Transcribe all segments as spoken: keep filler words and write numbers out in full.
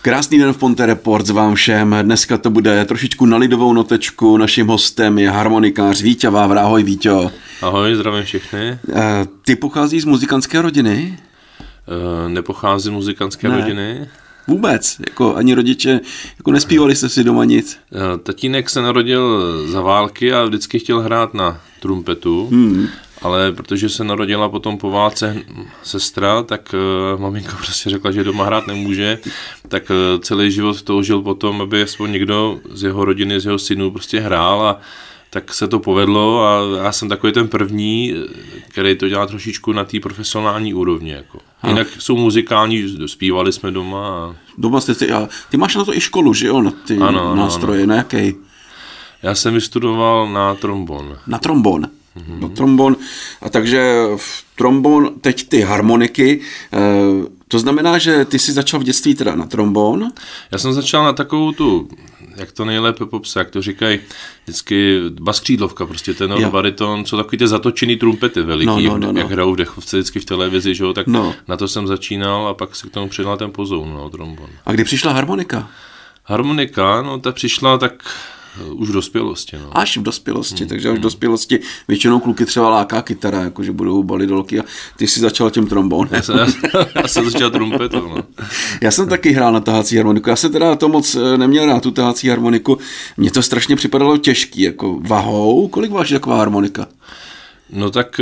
Krásný den v Ponte Reports vám všem. Dneska to bude trošičku na lidovou notečku. Naším hostem je harmonikář Víťa Vávra. Ahoj, Víťo. Ahoj, zdravím všechny. Ty pocházíš z muzikantské rodiny? Nepocházím z muzikantské ne. rodiny. Vůbec, jako ani rodiče, jako nespívali jste si doma nic? Tatínek se narodil za války a vždycky chtěl hrát na trumpetu, hmm. ale protože se narodila potom po válce sestra, tak uh, maminka prostě řekla, že doma hrát nemůže, tak uh, celý život toužil potom, aby aspoň někdo z jeho rodiny, z jeho synů prostě hrál a tak se to povedlo a já jsem takový ten první, který to dělá trošičku na té profesionální úrovni. Jako. Jinak jsou muzikální, zpívali jsme doma. A... Doma jste si, a ty máš na to i školu, že jo, na ty ano, nástroje, ano. Na jaký? Já jsem vystudoval na trombon. Na trombon. Mm-hmm. Na trombon. A takže v trombon, teď ty harmoniky, e, to znamená, že ty jsi začal v dětství teda na trombon? Já jsem začal na takovou tu, jak to nejlépe popsat, jak to říkají vždycky baskřídlovka, prostě ten jo. bariton, co takový ty zatočený trumpety veliký, no, no, no, no. jak hrajou v dechovce vždycky v televizi, že jo, tak no. na to jsem začínal a pak se k tomu přidal ten pozoun, no, trombon. A kdy přišla harmonika? Harmonika, no ta přišla tak už v dospělosti. No. Až v dospělosti, hmm. takže až v dospělosti většinou kluky třeba láká kytara, jakože budou balit dolky a ty jsi začal tím trombonem. Já jsem, já jsem začal trumpetou. No. Já jsem taky hrál na tahací harmoniku, já jsem teda to moc neměl rád, tu tahací harmoniku, mně to strašně připadalo těžký, jako vahou, kolik váží taková harmonika? No tak...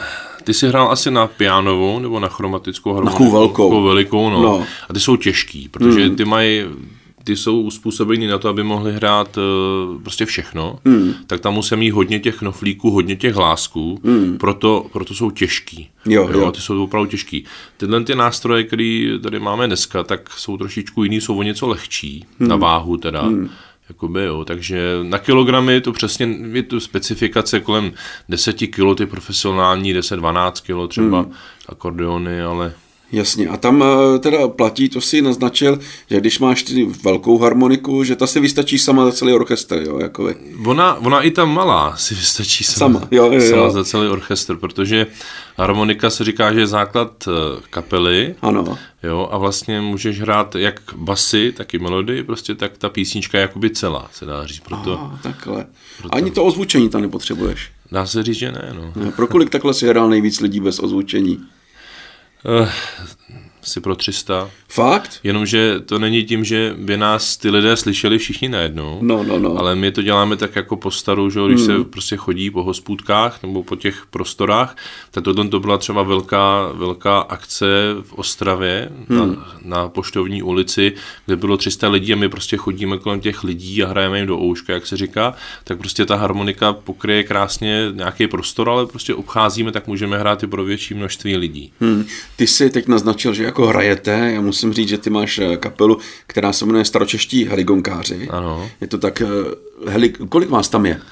Ty jsi hrál asi na pianovou nebo na chromatickou harmoniku? Na velkou. velikou, no. no. A ty jsou těžký, protože hmm. ty mají... ty jsou uspůsobení na to, aby mohli hrát uh, prostě všechno, mm. tak tam musí mít hodně těch knoflíků, hodně těch hlásků, mm. proto, proto jsou těžký. Jo, jo. Jo, ty jsou opravdu těžký. Tyhle ty nástroje, které tady máme dneska, tak jsou trošičku jiný, jsou o něco lehčí, mm. na váhu teda. Mm. Jakoby, jo. Takže na kilogramy to přesně je tu specifikace kolem deset kilo, ty profesionální, deset dvanáct kilo třeba mm. akordeony, ale... Jasně, a tam teda platí, to si naznačil, že když máš ty velkou harmoniku, že ta si vystačí sama za celý orchestr, jo, jakoby. Ona, ona i ta malá si vystačí sama, sama, jo, jo, sama jo. za celý orchestr, protože harmonika se říká, že je základ kapely, ano. Jo, a vlastně můžeš hrát jak basy, tak i melodii, prostě tak ta písnička je jakoby celá, se dá říct. Proto, Aha, takhle. Proto... Ani to ozvučení tam nepotřebuješ. Dá se říct, že ne, no. no pro kolik takhle si hrál nejvíc lidí bez ozvučení? Uh, asi pro tři sta. Fakt? Jenomže to není tím, že by nás ty lidé slyšeli všichni najednou, no, no, no. ale my to děláme tak jako po staru, že když hmm. se prostě chodí po hospůdkách nebo po těch prostorách, tak tohle to byla třeba velká, velká akce v Ostravě hmm. na, na Poštovní ulici, kde bylo tři sta lidí a my prostě chodíme kolem těch lidí a hrajeme jim do ouška, jak se říká, tak prostě ta harmonika pokryje krásně nějaký prostor, ale prostě obcházíme, tak můžeme hrát i pro větší množství lidí. Hmm. Ty jsi teď naznačil, že jako hrajete, já musím říct, že ty máš kapelu, která se jmenuje Staročeští heligonkáři. Ano. Je to tak, heli, kolik vás tam je?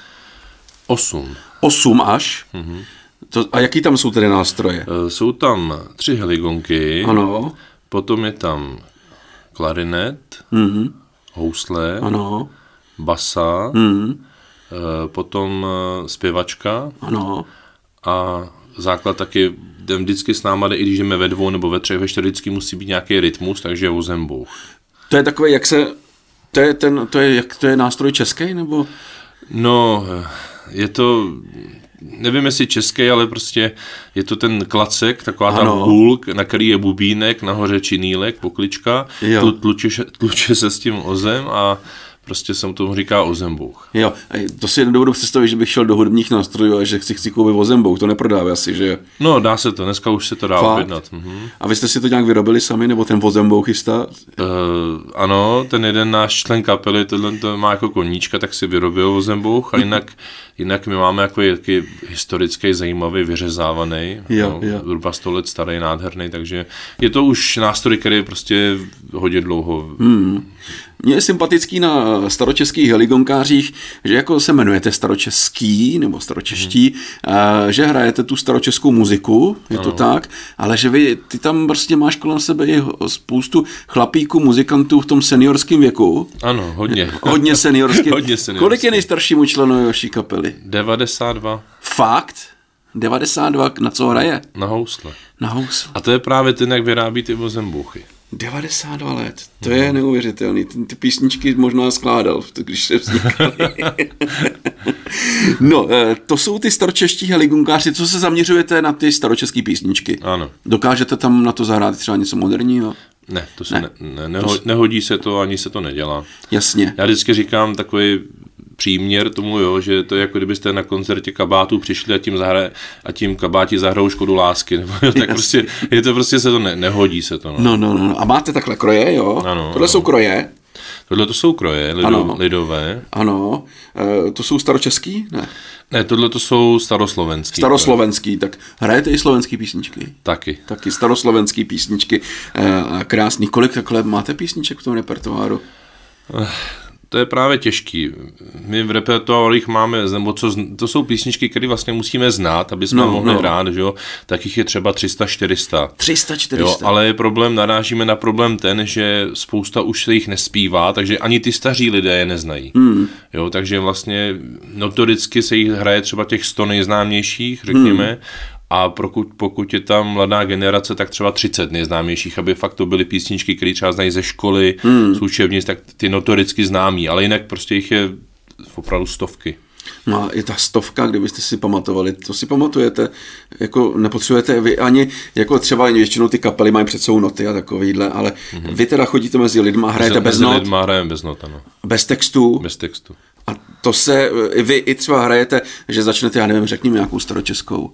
Osm. Osm až? Mhm. To, a jaký tam jsou tedy nástroje? Jsou tam tři heligonky, ano. Potom je tam klarinet, mhm. housle, ano. basa, mhm. potom zpěvačka ano. a základ taky jdem vždycky s náma, i když jdeme ve dvou nebo ve třech, ve čtyři vždycky musí být nějaký rytmus, takže je ozembouch. To je takové, jak se, to je ten, to je, jak to je nástroj český, nebo? No, je to, nevím jestli český, ale prostě je to ten klacek, taková ta hůl, na který je bubínek, nahoře činýlek, poklička, tluče, tluče se s tím ozem a prostě jsem tomu říká ozembouch. Jo, to si nedovedu představit, že bych šel do hudebních nástrojů a že chci, chci koupit ozembouch, to neprodává asi, že? No, dá se to, dneska už se to dá objednat. Mhm. A vy jste si to nějak vyrobili sami, nebo ten ozembouchista? Uh, ano, ten jeden náš člen kapely, tohle to má jako koníčka, tak si vyrobil ozembouch a jinak, jinak my máme jako jaký historický, zajímavý, vyřezávaný, jo, no, jo. zhruba sto let starý, nádherný, takže je to už nástroj, který je prostě hodně dlouho. Hmm. Mně je sympatický na staročeských heligonkářích, že jako se jmenujete staročeský nebo staročeští, hmm. že hrajete tu staročeskou muziku, je ano. to tak, ale že vy, ty tam prostě máš kolem sebe i spoustu chlapíků, muzikantů v tom seniorském věku. Ano, hodně. Hodně seniorský. hodně seniorský. Kolik je nejstaršímu členu vaší kapely? devadesát dva. Fakt? devadesát dva, na co hraje? Na housle. Na housle. A to je právě ten, jak vyrábí ty ozembouchy. devadesát dva let, to je neuvěřitelný. Ty, ty písničky možná skládal, když se vznikaly. No, to jsou ty staročeští heligunkáři, co se zaměřujete na ty staročeské písničky. Ano. Dokážete tam na to zahrát třeba něco moderního? Ne, to se ne. Ne, ne, neho, nehodí se to, ani se to nedělá. Jasně. Já vždycky říkám takový příměr tomu, jo, že to je jako kdybyste na koncertě Kabátů přišli a tím, zahraje, a tím Kabáti zahrajou Škodu lásky. Nebo, jo, tak prostě, je to prostě se to ne, nehodí se to. No. No, no, no. A máte takhle kroje, jo? Ano, Tohle ano. jsou kroje? Tohle to jsou kroje lido, ano. lidové. Ano. E, to jsou staročeský? Ne. Ne, tohle to jsou staroslovenský. Staroslovenský, tak hrajete i slovenský písničky? Taky. Taky staroslovenský písničky. E, krásný. Kolik takhle máte písniček v tom repertoáru? To je právě těžký. My v repertoárích máme, nebo co, to jsou písničky, které vlastně musíme znát, aby jsme no, mohli no. hrát, že jo? Takých je třeba tři sta čtyři sta. tři sta čtyři sta. Jo, ale je problém, narážíme na problém ten, že spousta už se jich nespívá, takže ani ty staří lidé je neznají. Mm. Jo, takže vlastně notoricky se jich hraje třeba těch sto nejznámějších, řekněme, mm. A pokud, pokud je tam mladá generace, tak třeba třicet nejznámějších, aby fakt to byly písničky, které třeba znají ze školy, hmm. z učebnic, tak ty notoricky známí, ale jinak prostě jich je opravdu stovky. No a i ta stovka, kdybyste si pamatovali, to si pamatujete, jako nepotřebujete vy ani, jako třeba většinou ty kapely mají před sebou noty a takovýhle, ale mm-hmm. vy teda chodíte mezi lidma, hrajete bez not. Mezi lidma hrajeme bez not, ano. Bez textu. Bez textu. A to se, vy i třeba hrajete, že začnete, já nevím, řekněme nějakou staročeskou.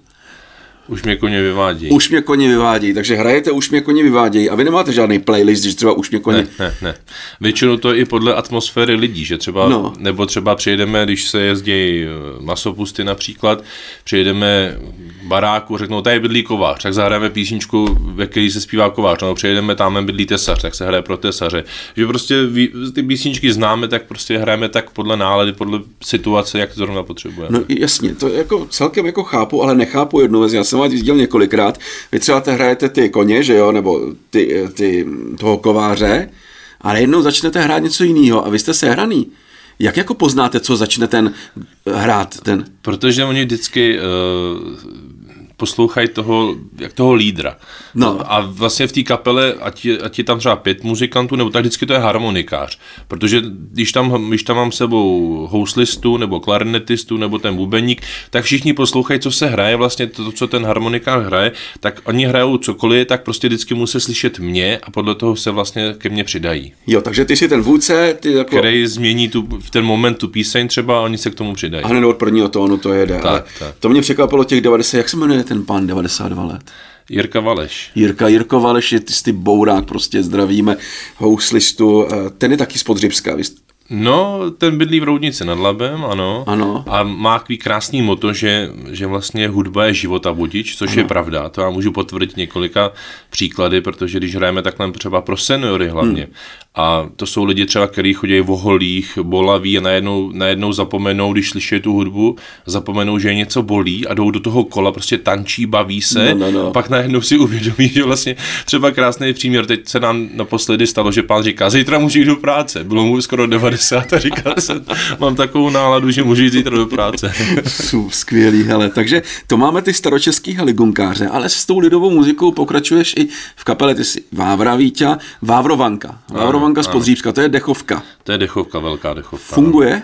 Už mě koně vyvádějí. Už mě koně vyvádějí, takže hrajete Už mě koně vyvádějí a vy nemáte žádný playlist, že třeba Už mě koně... Ne, ne, ne. Většinou to je i podle atmosféry lidí, že třeba, no. nebo třeba přijedeme, když se jezdí masopusty například, přijedeme baráku, řeknou, tady bydlí kovář, tak zahrajeme písničku, ve které se zpívá kovář, no přijedeme, tam bydlí tesař, tak se hraje pro tesaře. Že prostě ty písničky známe, tak prostě hrajeme tak podle nálady, podle situace, jak to zrovna potřebujeme. No jasně, to jako celkem jako chápu, ale nechápu jednu věc, já jsem vás viděl několikrát, vy třeba hrajete ty koně, že jo, nebo ty, ty toho kováře, ale jednou začnete hrát něco jiného a vy jste sehraný. Jak jako poznáte, co začne ten hrát ten? Protože oni vždycky uh, poslouchají toho, jak toho lídra. No. A vlastně v té kapele, ať je, ať je tam třeba pět muzikantů, nebo tak vždycky to je harmonikář. Protože když tam, když tam mám sebou houslistu, nebo klarinetistu, nebo ten bubeník, tak všichni poslouchají, co se hraje, vlastně to, co ten harmonikář hraje, tak oni hrajou cokoliv, tak prostě vždycky musí slyšet mě a podle toho se vlastně ke mně přidají. Jo, takže ty jsi ten vůdce, ty jako... který změní tu, v ten moment tu píseň třeba a oni se k tomu přidají. A hned od prvního tónu to jede. Tak, ale tak. To mě překvapilo těch devadesát, jak se jmenuje ten pán devadesát dva let? Jirka Valeš. Jirka, Jirko Valeš je ty bourák, prostě zdravíme houslistu, ten je taky z Podřibska, No, ten bydlí v Roudnici nad Labem, ano. Ano. A má takový krásný moto, že, že vlastně hudba je života vodič, což ano. je pravda. To já můžu potvrdit několika příklady, protože když hrajeme takhle třeba pro seniory hlavně, hmm. a to jsou lidi třeba, kteří chodí v oholích, bolaví a najednou, najednou zapomenou, když slyší tu hudbu, zapomenou, že je něco bolí a jdou do toho kola, prostě tančí, baví se, no, no, no. a pak najednou si uvědomí, že vlastně třeba krásný příměr, teď se nám naposledy stalo, že pán říká, zítra můžu jít do práce, bylo mu skoro devadesát a říkal jsem, mám takovou náladu, že můžu jít zítra do práce. Jsou skvělý, hele, takže to máme ty staročeský heligunkáře, ale s tou lidovou muzikou pokračuješ i v kapele, ty jsi Vávra Víťa, Vávrovanka, Vávrovanka z Podříbska, to je dechovka. To je dechovka, velká dechovka. Funguje?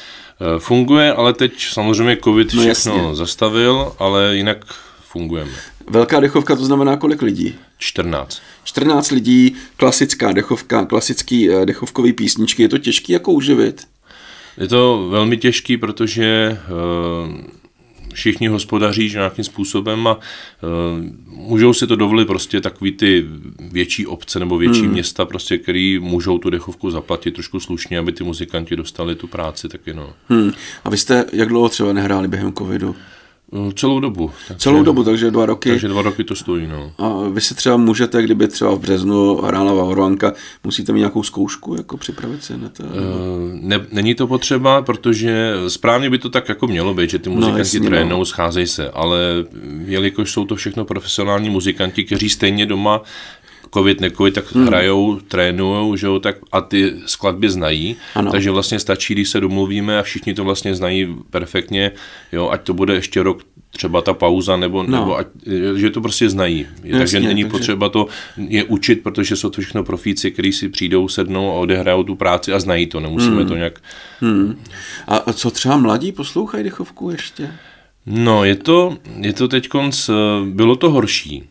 Funguje, ale teď samozřejmě covid no, všechno jasně. zastavil, ale jinak fungujeme. Velká dechovka, to znamená kolik lidí? čtrnáct. čtrnáct lidí, klasická dechovka, klasický dechovkový písničky, je to těžký jako uživit? Je to velmi těžký, protože uh, všichni hospodaří nějakým způsobem a uh, můžou si to dovolit prostě takový ty větší obce nebo větší hmm. města, prostě, který můžou tu dechovku zaplatit trošku slušně, aby ty muzikanti dostali tu práci, taky no. Hmm. A vy jste jak dlouho třeba nehráli během covidu? Celou dobu. Takže, Celou dobu, takže dva roky. Takže dva roky to stojí, no. A vy si třeba můžete, kdyby třeba v březnu hrála Vávrovanka, musíte mít nějakou zkoušku, jako připravit se na to? Ne, není to potřeba, protože správně by to tak jako mělo být, že ty muzikanti no, trénou, no. scházejí se, ale jelikož jsou to všechno profesionální muzikanti, kteří stejně doma covid, necovid, tak hmm. hrajou, trénujou, že jo, tak a ty skladby znají, ano. takže vlastně stačí, když se domluvíme a všichni to vlastně znají perfektně, jo, ať to bude ještě rok třeba ta pauza, nebo, no. nebo ať, že to prostě znají. Jasně, takže není takže... potřeba to je učit, protože jsou to všechno profíci, kteří si přijdou, sednou a odehrajou tu práci a znají to, nemusíme hmm. to nějak... Hmm. A co třeba mladí poslouchají dechovku ještě? No, je to, je to teďkonc, bylo to horší.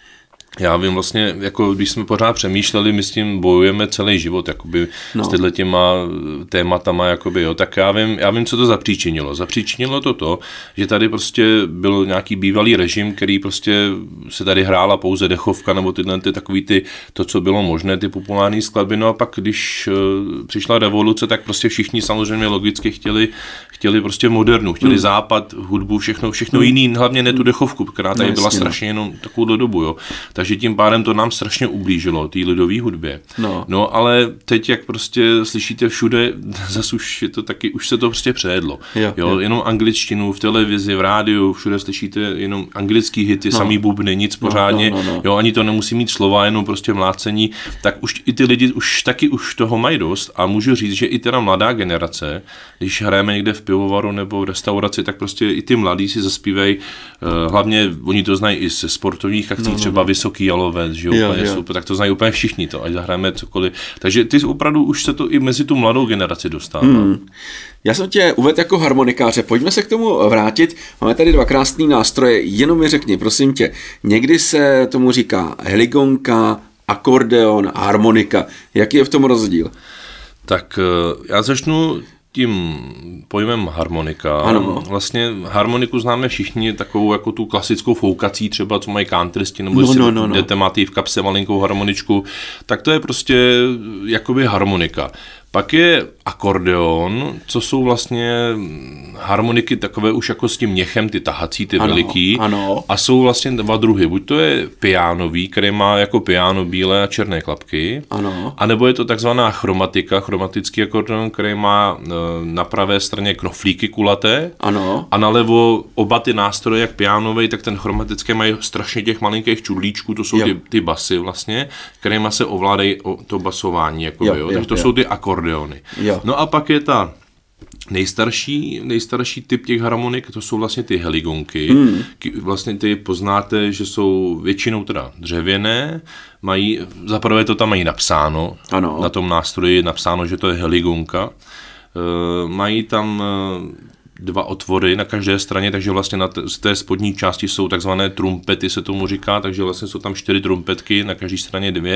Já vím vlastně, jako když jsme pořád přemýšleli, my s tím bojujeme celý život, jakoby no. s tyhle těma tématama, jakoby, jo, tak já vím, já vím, co to zapříčinilo. Zapříčinilo to to, že tady prostě byl nějaký bývalý režim, který prostě se tady hrála pouze dechovka, nebo tyhle ty takový ty, to, co bylo možné, ty populární skladby, no a pak, když uh, přišla revoluce, tak prostě všichni samozřejmě logicky chtěli, chtěli prostě modernu, chtěli hmm. západ, hudbu, všechno, všechno hmm. jiný, hlavně ne tu dechovku, která tady no, byla jasně, strašně jenom takovou dobu, jo. Takže tím pádem to nám strašně ublížilo, té lidové hudbě. No. no ale teď, jak prostě slyšíte všude, zase už je to taky, už se to prostě přejedlo. Jo, jo, jenom angličtinu v televizi, v rádiu, všude slyšíte jenom anglický hity, no. samý bubny, nic no, pořádně, no, no, no. jo, ani to nemusí mít slova, jenom prostě mlácení, tak už i ty lidi už taky už toho mají dost a můžu říct, že i teda mladá generace, když hrajeme někde v pivovaru nebo v restauraci, tak prostě i ty mladí si zaspívají, hlavně oni to znají i ze sportovních akcí, no, třeba no. Vysoký jalovec, že jo, úplně jo. super, tak to znají úplně všichni to, ať zahrajeme cokoliv. Takže ty opravdu už se to i mezi tu mladou generaci dostává. Hmm. Já jsem tě uvedl jako harmonikáře, pojďme se k tomu vrátit. Máme tady dva krásné nástroje, jenom mi řekni, prosím tě, někdy se tomu říká heligonka, akordeon, harmonika. Jaký je v tom rozdíl? Tak já začnu tím pojmem harmonika. Ano. Vlastně harmoniku známe všichni takovou jako tu klasickou foukací, třeba co mají countrysti, nebo no, jestli no, no, no. jdete, máte v kapse malinkou harmoničku, tak to je prostě jakoby harmonika. Pak je akordeon, co jsou vlastně harmoniky takové už jako s tím měchem, ty tahací, ty ano, veliký. Ano. A jsou vlastně dva druhy. Buď to je pianový, který má jako piano bílé a černé klapky. Ano. A nebo je to takzvaná chromatika, chromatický akordeon, který má na pravé straně knoflíky kulaté. Ano. A nalevo oba ty nástroje, jak pianový, tak ten chromatický mají strašně těch malinkých čudlíčků, to jsou ty, ty basy vlastně, kterýma se ovládají to basování. Jako, jo, jo. Jo, tak to jo. jsou ty akordeony. Jo. No a pak je ta nejstarší, nejstarší typ těch harmonik, to jsou vlastně ty heligonky. Hmm. Vlastně ty poznáte, že jsou většinou teda dřevěné, mají, zaprvé to tam mají napsáno, ano. na tom nástroji je napsáno, že to je heligonka. E, mají tam dva otvory na každé straně, takže vlastně na t- z té spodní části jsou takzvané trumpety, se tomu říká, takže vlastně jsou tam čtyři trumpetky, na každé straně dvě.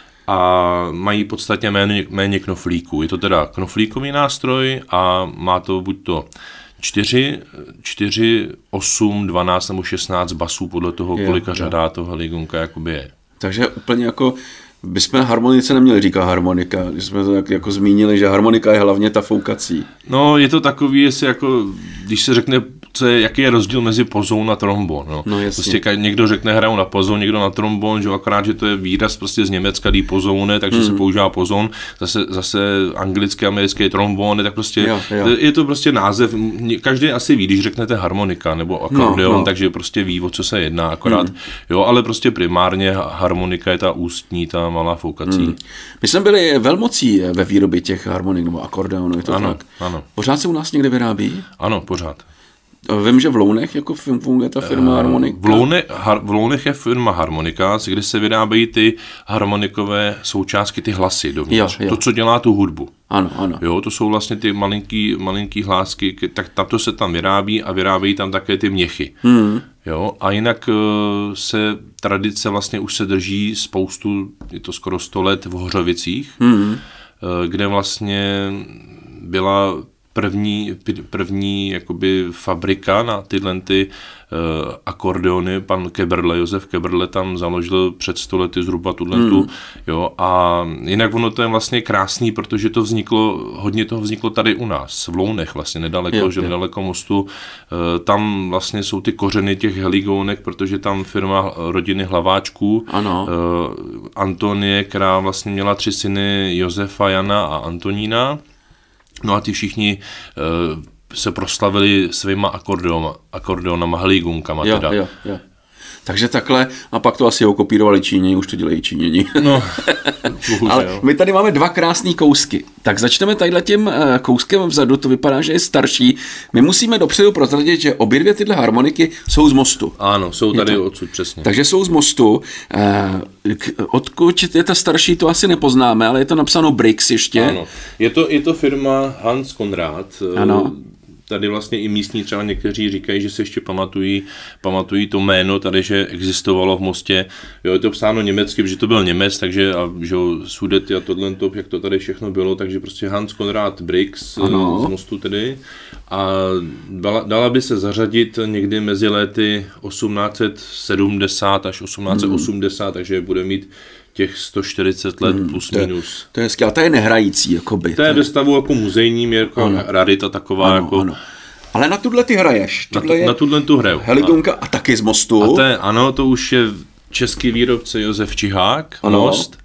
A mají podstatně méně, méně knoflíků. Je to teda knoflíkový nástroj a má to buď to čtyři, čtyři, osm, dvanáct nebo šestnáct basů podle toho, kolika řadá toho heligonka jakoby je. Takže úplně jako bychom harmonice neměli říkat harmonika, když jsme to tak jako zmínili, že harmonika je hlavně ta foukací. No, je to takový, jestli jako, když se řekne, co je, jaký je rozdíl mezi pozoun a trombon. No, no prostě někdo řekne, hrajou na pozoun, někdo na trombon, že akorát, že to je výraz prostě z Německa, dý pozoune, takže mm. se používá pozoun, zase, zase anglický, americký trombon, tak prostě jo, jo. je to prostě název, každý asi ví, když řeknete harmonika nebo akordeon, no, no. takže prostě ví, o co se jedná, akorát, mm. jo, ale prostě primárně harmonika je ta ústní, ta malá foukací. Hmm. My jsme byli velmocí ve výrobě těch harmonik nebo akordeonů, je to ano, tak? Ano. Pořád se u nás někde vyrábí? Ano, pořád. Vím, že v Lounech jako funguje ta firma Harmonika. V, Loune, har, v Lounech je firma Harmonika, kde se vyrábějí ty harmonikové součástky, ty hlasy dovnitř. Jo, jo. To, co dělá tu hudbu. Ano, ano. Jo, to jsou vlastně ty malinký, malinký hlásky, tak to se tam vyrábí a vyrábějí tam také ty měchy. Hmm. Jo, a jinak se tradice vlastně už se drží spoustu, je to skoro sto let v Hořovicích, hmm. kde vlastně byla první, první jakoby fabrika na tyhle ty uh, akordeony. Pan Keberle, Josef Keberle tam založil před sto lety zhruba tuhle tu, mm. jo, a jinak ono to je vlastně krásný, protože to vzniklo, hodně toho vzniklo tady u nás, v Lounech vlastně, nedaleko, jo, že jo. nedaleko mostu, uh, tam vlastně jsou ty kořeny těch heligonek, protože tam firma rodiny Hlaváčků, ano. Uh, Antonie, která vlastně měla tři syny, Josefa, Jana a Antonína. No a ty všichni uh, se proslavili svýma akordeonama, akordeonama, heligonkama jo, teda. Jo, jo. Takže takhle, a pak to asi okopírovali Číňani, už to dělají Číňani. No, ale my tady máme dva krásný kousky. Tak začneme tadyhle tím kouskem vzadu, to vypadá, že je starší. My musíme dopředu prozradit, že obě dvě tyhle harmoniky jsou z Mostu. Ano, jsou tady to, odsud, přesně. Takže jsou z Mostu. Odkud je ta starší, to asi nepoznáme, ale je to napsáno Brix ještě. Ano, je to, je to firma Hans Conrad. Ano. Tady vlastně i místní třeba někteří říkají, že se ještě pamatují, pamatují to jméno tady, že existovalo v Mostě. Jo, je to psáno německy, protože to byl Němec, takže a že Sudety a tohle, jak to tady všechno bylo, takže prostě Hans Conrad Brix ano. z Mostu tedy. A dala, dala by se zařadit někdy mezi léty osmnáct set sedmdesát až osmnáct set osmdesát, hmm. takže bude mít těch sto čtyřicet let hmm, plus to je, minus. To je hezky, ale to je nehrající, jakoby. To je ve stavu jako muzejním, jako ano. rarita taková. Ano, jako... ano. Ale na tuhle ty hraješ. Na, tu, na tuhle tu hraju. Heligonka a, a taky z Mostu. A to je, ano, to už je český výrobce Josef Čihák, ano. Most.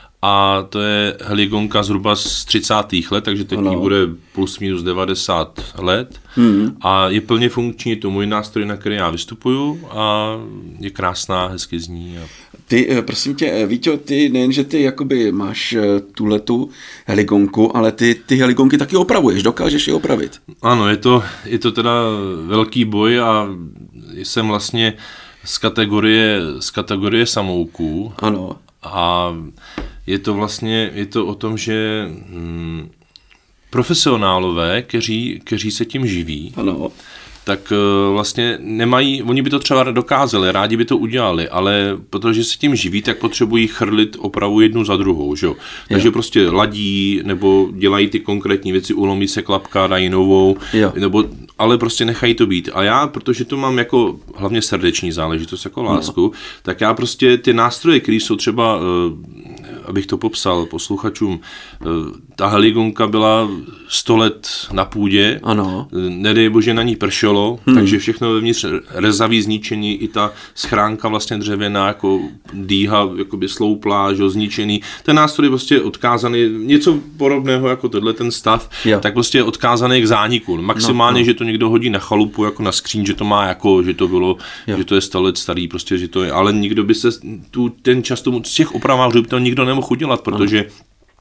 A to je heligonka zhruba z třicátých let, takže teď bude plus minus devadesát let. Hmm. A je plně funkční, je to můj nástroj, na který já vystupuju a je krásná, hezky zní. A... Ty, prosím tě, Víťo, ty nejenže ty jakoby máš tuhletu heligonku, ale ty ty heligonky taky opravuješ, dokážeš je opravit. Ano, je to, je to teda velký boj a jsem vlastně z kategorie, z kategorie samouků. Ano. A je to vlastně, je to o tom, že hm, profesionálové, kteří, kteří se tím živí, ano. tak vlastně nemají, oni by to třeba dokázali, rádi by to udělali, ale protože se tím živí, tak potřebují chrlit opravu jednu za druhou, že jo. Takže jo. prostě ladí, nebo dělají ty konkrétní věci, ulomí se klapka, dají novou, nebo, ale prostě nechají to být. A já, protože to mám jako hlavně srdeční záležitost, jako lásku, no. tak já prostě ty nástroje, které jsou třeba, abych to popsal posluchačům, ta heligonka byla sto let na půdě, ano. nedej bože na ní pršelo, hmm. takže všechno vevnitř rezavý zničení, i ta schránka vlastně dřevěná, jako dýha, jakoby slouplá, že, zničený. Ten nástroj je prostě odkázaný, něco podobného jako tohle ten stav, jo. tak prostě je odkázaný k zániku. Maximálně, no, no. že to někdo hodí na chalupu, jako na skříň, že to má jako, že to bylo, jo. že to je sto let starý, prostě, že to je, ale nikdo by se tu, ten čas tomu, z těch opravářů by to nikdo nemohl udělat, protože ano.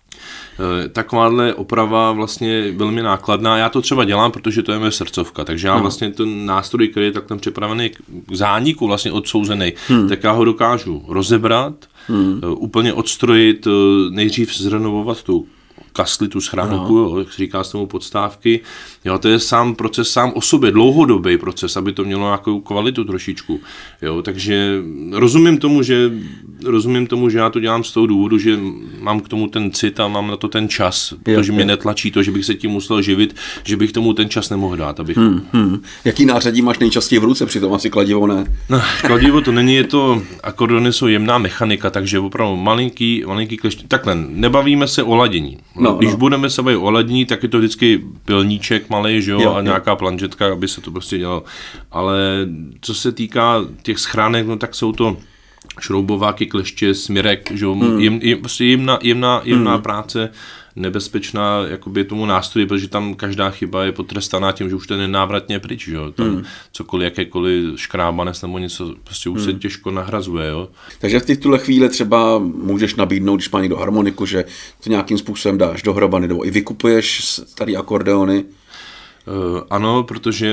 takováhle oprava vlastně je velmi nákladná. Já to třeba dělám, protože to je moje srdcovka, takže já vlastně ten nástroj, který je takhle připravený k zániku, vlastně odsouzený, hmm. tak já ho dokážu rozebrat, hmm. úplně odstrojit, nejdřív zrenovovat tu kasli, tu schránku, jo, jak se říká s tomu podstávky. Jo, to je sám proces sám o sobě, dlouhodobý proces, aby to mělo nějakou kvalitu trošičku. Jo, takže rozumím tomu, že rozumím tomu, že já to dělám z toho důvodu, že mám k tomu ten cit a mám na to ten čas, protože mě netlačí to, že bych se tím musel živit, že bych tomu ten čas nemohl dát. Abych... Hmm, hmm. Jaký nářadí máš nejčastěji v ruce, přitom asi kladivo ne? No, kladivo to není, je to, akordeony jsou jemná mechanika, takže opravdu malinký, malinký klešť. Takhle, nebavíme se o ladění. No, Když no. budeme se bavit o ladění, tak je to vždycky pilníček malej, že jo, jo a nějaká jo. planžetka, aby se to prostě dělalo. Ale co se týká těch schránek, no tak jsou to šroubováky, kleště, smirek, že jo, hmm. jem, jem, prostě jemná, jemná, jemná hmm. práce, nebezpečná jakoby tomu nástroji, protože tam každá chyba je potrestaná tím, že už to je nenávratně pryč, že jo, tam hmm. cokoliv, jakékoliv škrábanec nebo něco, prostě už hmm. se těžko nahrazuje, jo. Takže v tuhle chvíli třeba můžeš nabídnout, když má někdo harmoniku, že to nějakým způsobem dáš dohromady, nebo i vykupuješ starý akordeony. Uh, ano, protože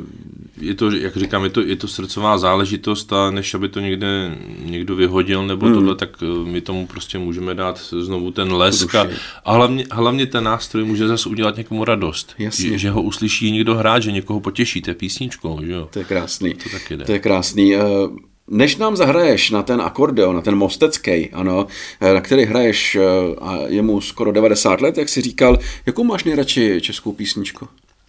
je to, jak říkám, je to, je to srdcová záležitost a než aby to někde někdo vyhodil nebo hmm. tohle, tak my tomu prostě můžeme dát znovu ten lesk a, a hlavně, hlavně ten nástroj může zase udělat někomu radost, že, že ho uslyší někdo hrát, že někoho potěší té písničkou, že jo. To je krásný. To taky jde. To je krásný. Než nám zahraješ na ten akordeon, na ten mostecký, ano, na který hraješ a je mu skoro devadesát let, jak jsi říkal, jakou máš nejradši českou písničku?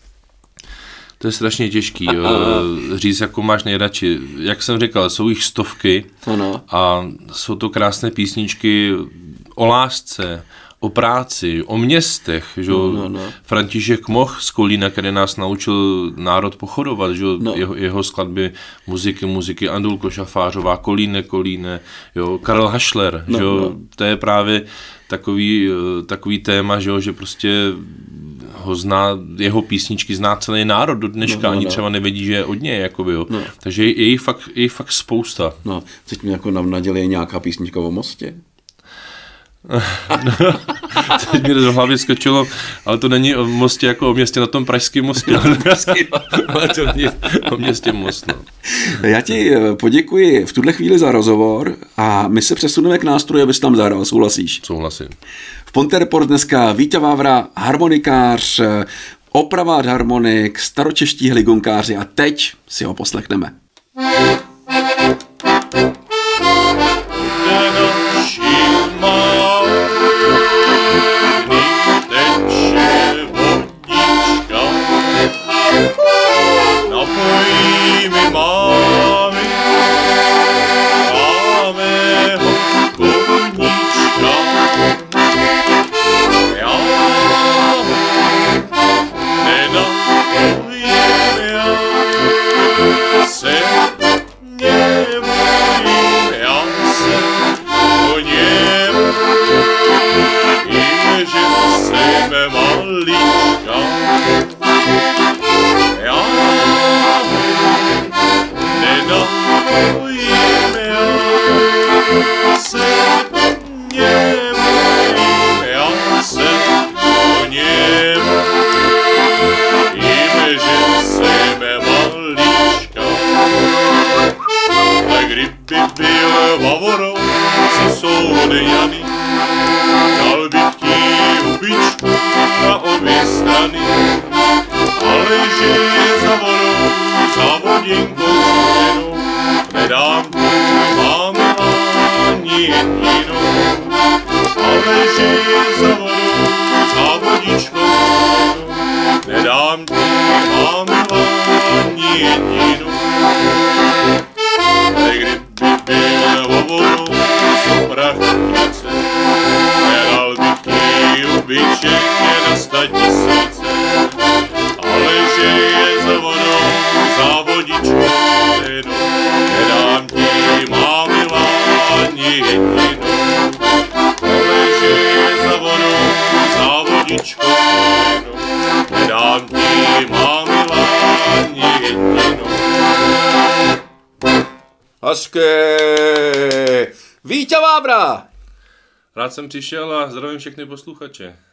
To je strašně těžký jo, říct, jako máš nejradši. Jak jsem říkal, jsou jich stovky ano. a jsou to krásné písničky o lásce, o práci, o městech. Že? No, no, no. František Moch z Kolína, který nás naučil národ pochodovat, že? No. Jeho, jeho skladby muziky, muziky Andulko Šafářová, Kolíne, Kolíne, jo? Karel Hašler, no, že? No. To je právě takový, takový téma, že, že prostě ho zná, jeho písničky zná celý národ do dneška, no, no, ani no. třeba nevědí, že je od něj, jakoby, jo. No. Takže je jich fakt, je fakt spousta. No, teď mi jako nadělí nějaká písnička o Mostě. No, teď mi do hlavy skočilo, ale to není o Mostě jako o městě na tom pražském mostě, ale to je o městě Most. No. Já ti poděkuji v tuhle chvíli za rozhovor a my se přesuneme k nástroji, abys tam zahrál, souhlasíš? Souhlasím. V Ponte Report dneska Víťa Vávra, harmonikář, opravář harmonik, staročeští hligonkáři a teď si ho poslechneme. Hezké! Víťa Vávra! Rád jsem přišel a zdravím všechny posluchače.